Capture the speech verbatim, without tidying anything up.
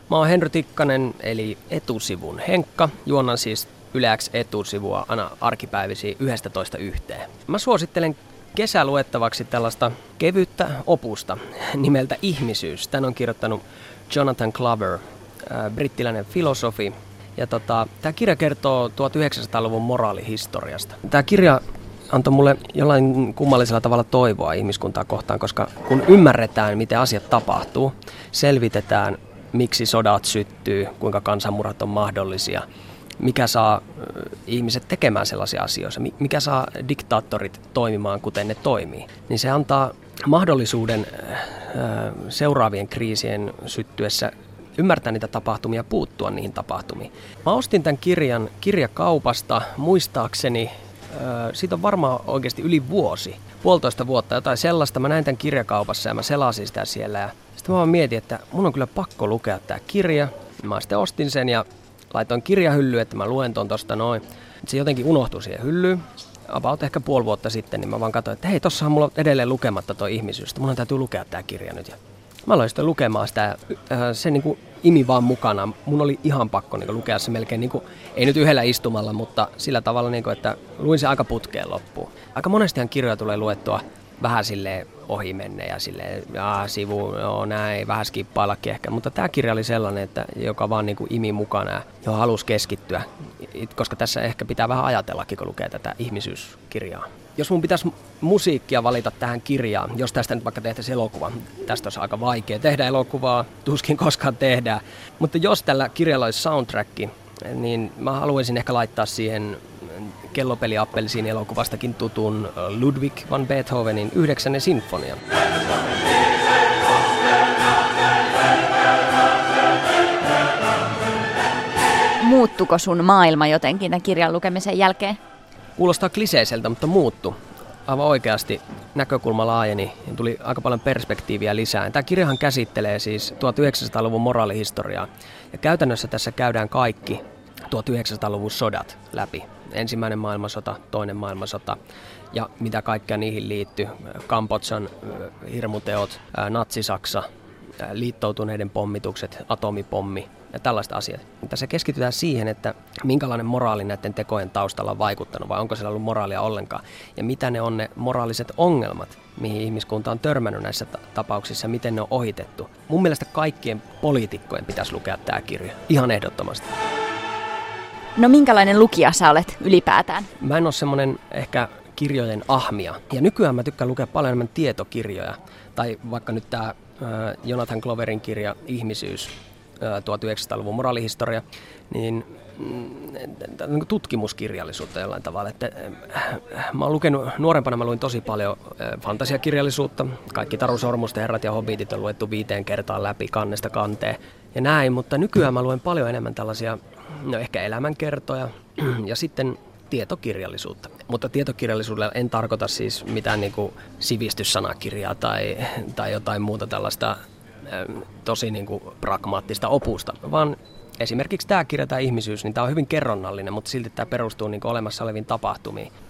Mä oon Henry Tikkanen, eli Etusivun Henkka. Juonnan siis Yle X Etusivua aina arkipäivisiä yhdestätoista yhteen. Mä suosittelen kesäluettavaksi tällaista kevyttä opusta nimeltä Ihmisyys. Tän on kirjoittanut Jonathan Glover, äh, brittiläinen filosofi. Ja tota, tämä kirja kertoo tuhatyhdeksänsataaluvun moraalihistoriasta. Tämä kirja antoi mulle jollain kummallisella tavalla toivoa ihmiskuntaa kohtaan, koska kun ymmärretään, miten asiat tapahtuu, selvitetään, miksi sodat syttyy, kuinka kansanmurhat on mahdollisia, mikä saa ihmiset tekemään sellaisia asioita, mikä saa diktaattorit toimimaan, kuten ne toimii, niin se antaa mahdollisuuden seuraavien kriisien syttyessä ymmärtää niitä tapahtumia ja puuttua niihin tapahtumiin. Mä ostin tämän kirjan kirjakaupasta muistaakseni, siitä on varmaan oikeasti yli vuosi, puolitoista vuotta, jotain sellaista. Mä näin tämän kirjakaupassa ja mä selasin sitä siellä. Ja sitten mä vaan mietin, että mun on kyllä pakko lukea tämä kirja. Mä sitten ostin sen ja laitoin kirjahyllyyn, että mä luen ton tosta noin. Se jotenkin unohtui siihen hyllyyn. About ehkä puoli vuotta sitten, niin mä vaan katsoin, että hei, tossahan mulla on edelleen lukematta toi Ihmisyys. Mun täytyy lukea tää kirja nyt. Ja mä aloin sitten lukemaan sitä, se niin kuin imi vaan mukana. Mun oli ihan pakko niin kuin lukea se melkein, niin kuin, ei nyt yhdellä istumalla, mutta sillä tavalla, niin kuin, että luin se aika putkeen loppuun. Aika monestihan kirjoja tulee luettua vähän silleen ohi menne ja silleen, jaa, sivu, joo näin, vähän skippaillakin ehkä. Mutta tämä kirja oli sellainen, että joka vaan niin kuin imi mukana ja johon halusi keskittyä, koska tässä ehkä pitää vähän ajatellakin, kun lukee tätä Ihmisyyskirjaa. Jos mun pitäisi musiikkia valita tähän kirjaan, jos tästä nyt vaikka tehtäisiin elokuva, tästä olisi aika vaikea tehdä elokuvaa, tuskin koskaan tehdään. Mutta jos tällä kirjalla olisi soundtrack, niin mä haluaisin ehkä laittaa siihen Kellopeli Appelsiin elokuvastakin tutun Ludwig van Beethovenin yhdeksännen sinfonian. Muuttuko sun maailma jotenkin tämän kirjan lukemisen jälkeen? Kuulostaa kliseiseltä, mutta muuttu. Aivan oikeasti näkökulma laajeni ja tuli aika paljon perspektiiviä lisää. Tämä kirjahan käsittelee siis tuhatyhdeksänsataaluvun moraalihistoriaa. Ja käytännössä tässä käydään kaikki tuhatyhdeksänsataaluvun sodat läpi. Ensimmäinen maailmansota, toinen maailmansota ja mitä kaikkea niihin liittyy. Kambodžan hirmuteot, Natsi-Saksa, liittoutuneiden pommitukset, atomipommi ja tällaista asiat. Tässä keskitytään siihen, että minkälainen moraali näiden tekojen taustalla on vaikuttanut vai onko siellä ollut moraalia ollenkaan. Ja mitä ne on ne moraaliset ongelmat, mihin ihmiskunta on törmännyt näissä ta- tapauksissa, miten ne on ohitettu. Mun mielestä kaikkien poliitikkojen pitäisi lukea tämä kirja. Ihan ehdottomasti. No minkälainen lukija sä olet ylipäätään? Mä en ole semmoinen ehkä kirjojen ahmia. Ja nykyään mä tykkään lukea paljon enemmän tietokirjoja. Tai vaikka nyt tämä Jonathan Gloverin kirja Ihmisyys, tuhatyhdeksänsataaluvun moraalihistoria, niin tutkimuskirjallisuutta jollain tavalla. Että, mä oon lukenut, nuorempana mä luin tosi paljon fantasiakirjallisuutta. Kaikki Taru Sormusten herrat ja hobbitit on luettu viiteen kertaan läpi kannesta kanteen ja näin, mutta nykyään mä luen paljon enemmän tällaisia, no ehkä elämänkertoja ja sitten tietokirjallisuutta. Mutta tietokirjallisuudella en tarkoita siis mitään niin kuin sivistyssanakirjaa tai, tai jotain muuta tällaista tosi niin kuin pragmaattista opusta, vaan esimerkiksi tämä kirja, tämä Ihmisyys, niin tämä on hyvin kerronnallinen, mutta silti tämä perustuu niin kuin olemassa oleviin tapahtumiin.